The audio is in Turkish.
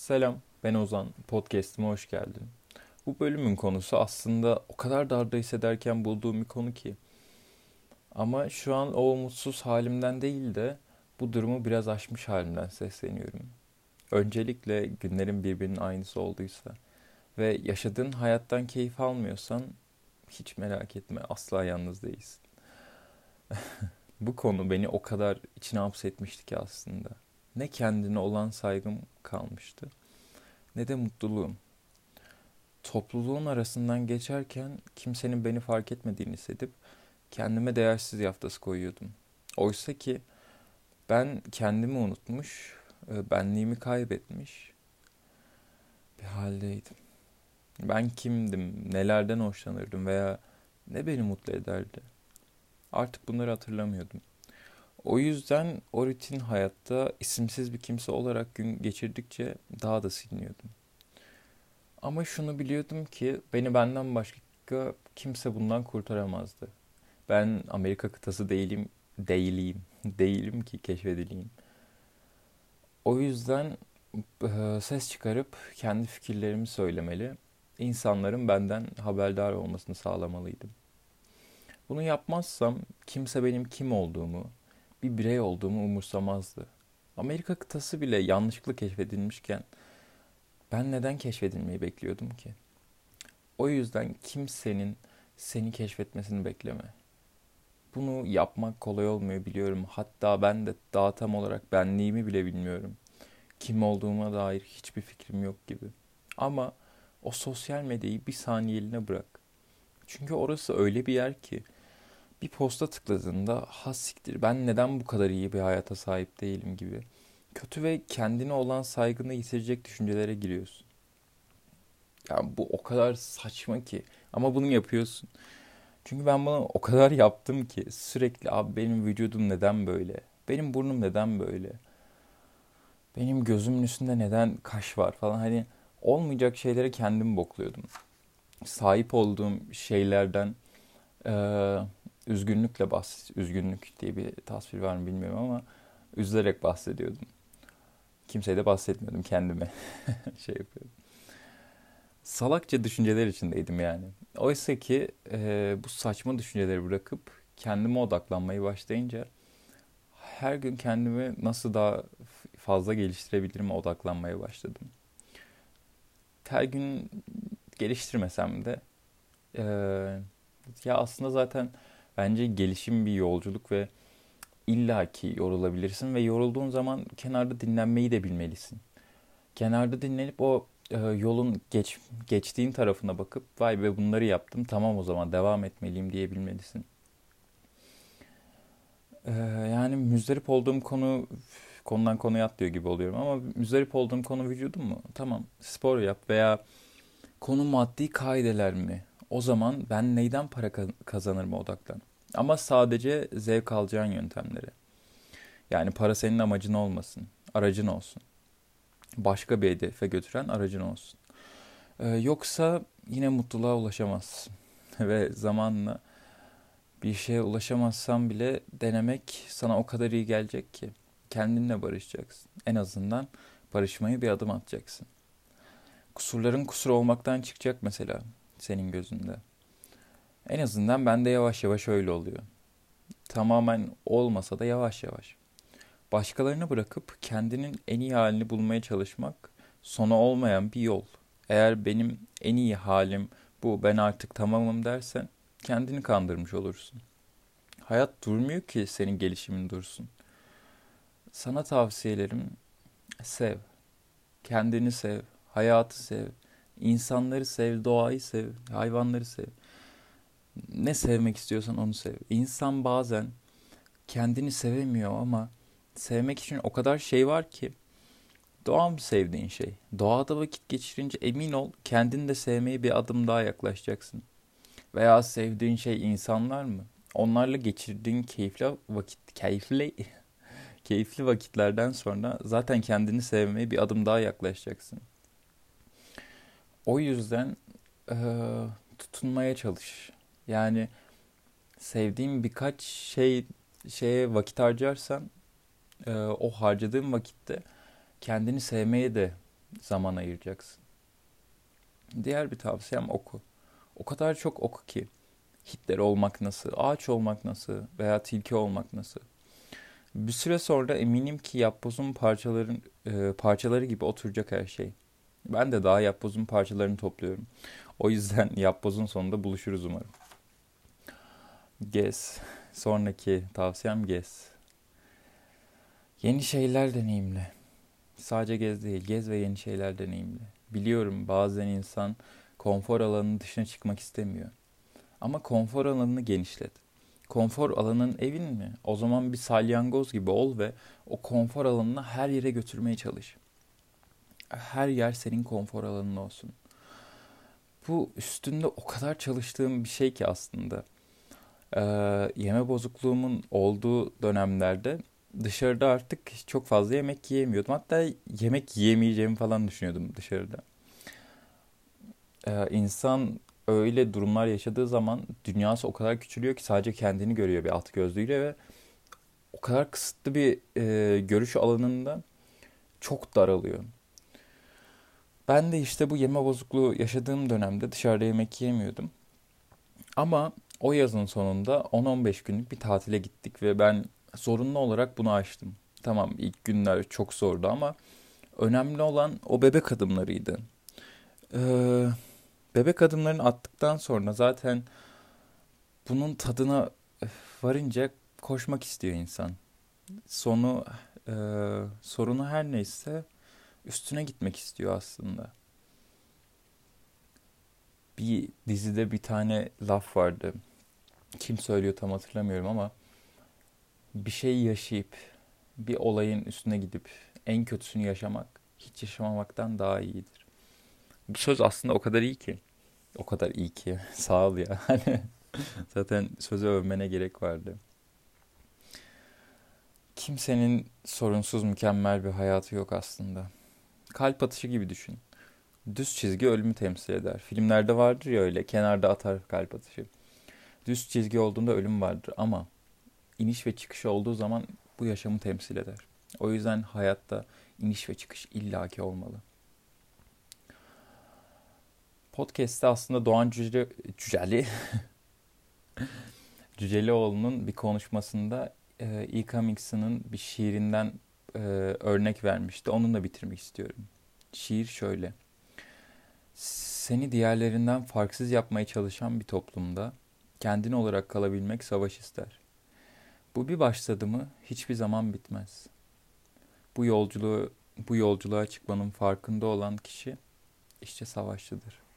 Selam, ben Ozan. Podcast'ime hoş geldin. Bu bölümün konusu aslında o kadar darda hissederken bulduğum bir konu ki. Ama şu an o umutsuz halimden değil de bu durumu biraz aşmış halimden sesleniyorum. Öncelikle günlerin birbirinin aynısı olduysa ve yaşadığın hayattan keyif almıyorsan hiç merak etme, asla yalnız değilsin. Bu konu beni o kadar içine hapsetmişti ki aslında. Ne kendine olan saygım kalmıştı, ne de mutluluğum. Topluluğun arasından geçerken kimsenin beni fark etmediğini hissedip kendime değersiz yaftası koyuyordum. Oysa ki ben kendimi unutmuş, benliğimi kaybetmiş bir haldeydim. Ben kimdim, nelerden hoşlanırdım veya ne beni mutlu ederdi? Artık bunları hatırlamıyordum. O yüzden o rutin hayatta isimsiz bir kimse olarak gün geçirdikçe daha da siliniyordum. Ama şunu biliyordum ki beni benden başka kimse bundan kurtaramazdı. Ben Amerika kıtası değilim ki keşfedileyim. O yüzden ses çıkarıp kendi fikirlerimi söylemeli, insanların benden haberdar olmasını sağlamalıydım. Bunu yapmazsam kimse benim kim olduğumu, bir birey olduğumu umursamazdı. Amerika kıtası bile yanlışlıkla keşfedilmişken ben neden keşfedilmeyi bekliyordum ki? O yüzden kimsenin seni keşfetmesini bekleme. Bunu yapmak kolay olmuyor biliyorum. Hatta ben de daha tam olarak benliğimi bile bilmiyorum. Kim olduğuma dair hiçbir fikrim yok gibi. Ama o sosyal medyayı bir saniyeliğine bırak. Çünkü orası öyle bir yer ki bir posta tıkladığında ha siktir ben neden bu kadar iyi bir hayata sahip değilim gibi. Kötü ve kendine olan saygını yitirecek düşüncelere giriyorsun. Yani bu o kadar saçma ki. Ama bunu yapıyorsun. Çünkü ben bunu o kadar yaptım ki sürekli abi benim vücudum neden böyle? Benim burnum neden böyle? Benim gözümün üstünde neden kaş var falan hani olmayacak şeylere kendim bokluyordum. Sahip olduğum şeylerden eee üzgünlük diye bir tasvir var mı bilmiyorum ama üzülerek bahsediyordum. Kimseye de bahsetmiyordum kendime şey yapıyordum. Salakça düşünceler içindeydim yani. Oysa ki bu saçma düşünceleri bırakıp kendime odaklanmayı başlayınca her gün kendimi nasıl daha fazla geliştirebilirim odaklanmaya başladım. Her gün geliştirmesem de eee, ya aslında zaten bence gelişim bir yolculuk ve illaki yorulabilirsin ve yorulduğun zaman kenarda dinlenmeyi de bilmelisin. Kenarda dinlenip o yolun geçtiğin tarafına bakıp vay be bunları yaptım tamam o zaman devam etmeliyim diyebilmelisin. Ee, Yani müzdarip olduğum konudan konuya atlıyor gibi oluyorum ama müzdarip olduğum konu vücudum mu? Tamam spor yap veya konu maddi kaideler mi? O zaman ben neyden para kazanırıma odaklan. Ama sadece zevk alacağın yöntemleri. Yani para senin amacın olmasın, aracın olsun. Başka bir hedefe götüren aracın olsun. Yoksa yine mutluluğa ulaşamazsın. Ve zamanla bir şeye ulaşamazsan bile denemek sana o kadar iyi gelecek ki kendinle barışacaksın. En azından barışmayı bir adım atacaksın. Kusurların kusur olmaktan çıkacak mesela senin gözünde. En azından bende yavaş yavaş öyle oluyor. Tamamen olmasa da yavaş yavaş. Başkalarını bırakıp kendinin en iyi halini bulmaya çalışmak sonu olmayan bir yol. Eğer benim en iyi halim bu ben artık tamamım dersen kendini kandırmış olursun. Hayat durmuyor ki senin gelişimin dursun. Sana tavsiyelerim sev. Kendini sev. Hayatı sev. İnsanları sev. Doğayı sev. Hayvanları sev. Ne sevmek istiyorsan onu sev. İnsan bazen kendini sevemiyor ama sevmek için o kadar şey var ki. Doğa mı sevdiğin şey? Doğada vakit geçirince emin ol kendini de sevmeye bir adım daha yaklaşacaksın. Veya sevdiğin şey insanlar mı? Onlarla geçirdiğin keyifli vakitlerden sonra zaten kendini sevmeye bir adım daha yaklaşacaksın. O yüzden tutunmaya çalış. Yani sevdiğin birkaç şeye vakit harcarsan o harcadığın vakitte kendini sevmeye de Zaman ayıracaksın. Diğer bir tavsiyem oku. O kadar çok oku ki. Hitler olmak nasıl, ağaç olmak nasıl veya tilki olmak nasıl. Bir süre sonra eminim ki yapbozun parçaları gibi oturacak her şey. Ben de daha yapbozun parçalarını topluyorum. O yüzden yapbozun sonunda buluşuruz umarım. Gez. Sonraki tavsiyem gez. Yeni şeyler deneyimle. Sadece gez değil, gez ve yeni şeyler deneyimle. Biliyorum bazen insan konfor alanının dışına çıkmak istemiyor. Ama konfor alanını genişlet. Konfor alanın evin mi? O zaman bir salyangoz gibi ol ve o konfor alanını her yere götürmeye çalış. Her yer senin konfor alanın olsun. Bu üstünde o kadar çalıştığım bir şey ki aslında. Yeme bozukluğumun olduğu dönemlerde dışarıda artık çok fazla yemek yiyemiyordum. Hatta yemek yiyemeyeceğimi falan düşünüyordum dışarıda. İnsan öyle durumlar yaşadığı zaman dünyası o kadar küçülüyor ki sadece kendini görüyor bir alt gözlüğüyle ve o kadar kısıtlı bir görüş alanında çok daralıyor. Ben de işte bu yeme bozukluğu yaşadığım dönemde dışarıda yemek yiyemiyordum. Ama o yazın sonunda 10-15 günlük bir tatile gittik ve ben zorunlu olarak bunu aştım. Tamam ilk günler çok zordu ama önemli olan o bebek adımlarıydı. Ee, Bebek adımlarını attıktan sonra zaten bunun tadına varınca koşmak istiyor insan. Sonu e, sorunu her neyse üstüne gitmek istiyor aslında. Bir dizide bir tane laf vardı. Kim söylüyor tam hatırlamıyorum ama bir şey yaşayıp bir olayın üstüne gidip en kötüsünü yaşamak hiç yaşamamaktan daha iyidir. Bu söz aslında o kadar iyi ki. O kadar iyi ki. Sağ ol ya. Hani zaten sözü övmene gerek vardı. Kimsenin sorunsuz mükemmel bir hayatı yok aslında. Kalp atışı gibi düşün. Düz çizgi ölümü temsil eder. Filmlerde vardır ya öyle kenarda atar kalp atışı. Düz çizgi olduğunda ölüm vardır ama iniş ve çıkış olduğu zaman bu yaşamı temsil eder. O yüzden hayatta iniş ve çıkış illaki olmalı. Podcast'te aslında Doğan Cücelioğlu'nun bir konuşmasında İK Mixon'ın bir şiirinden örnek vermişti. Onunla bitirmek istiyorum. Şiir şöyle. Seni diğerlerinden farksız yapmaya çalışan bir toplumda kendin olarak kalabilmek savaş ister. Bu bir başladı mı hiçbir zaman bitmez. Bu yolculuğa çıkmanın farkında olan kişi işte savaşçıdır.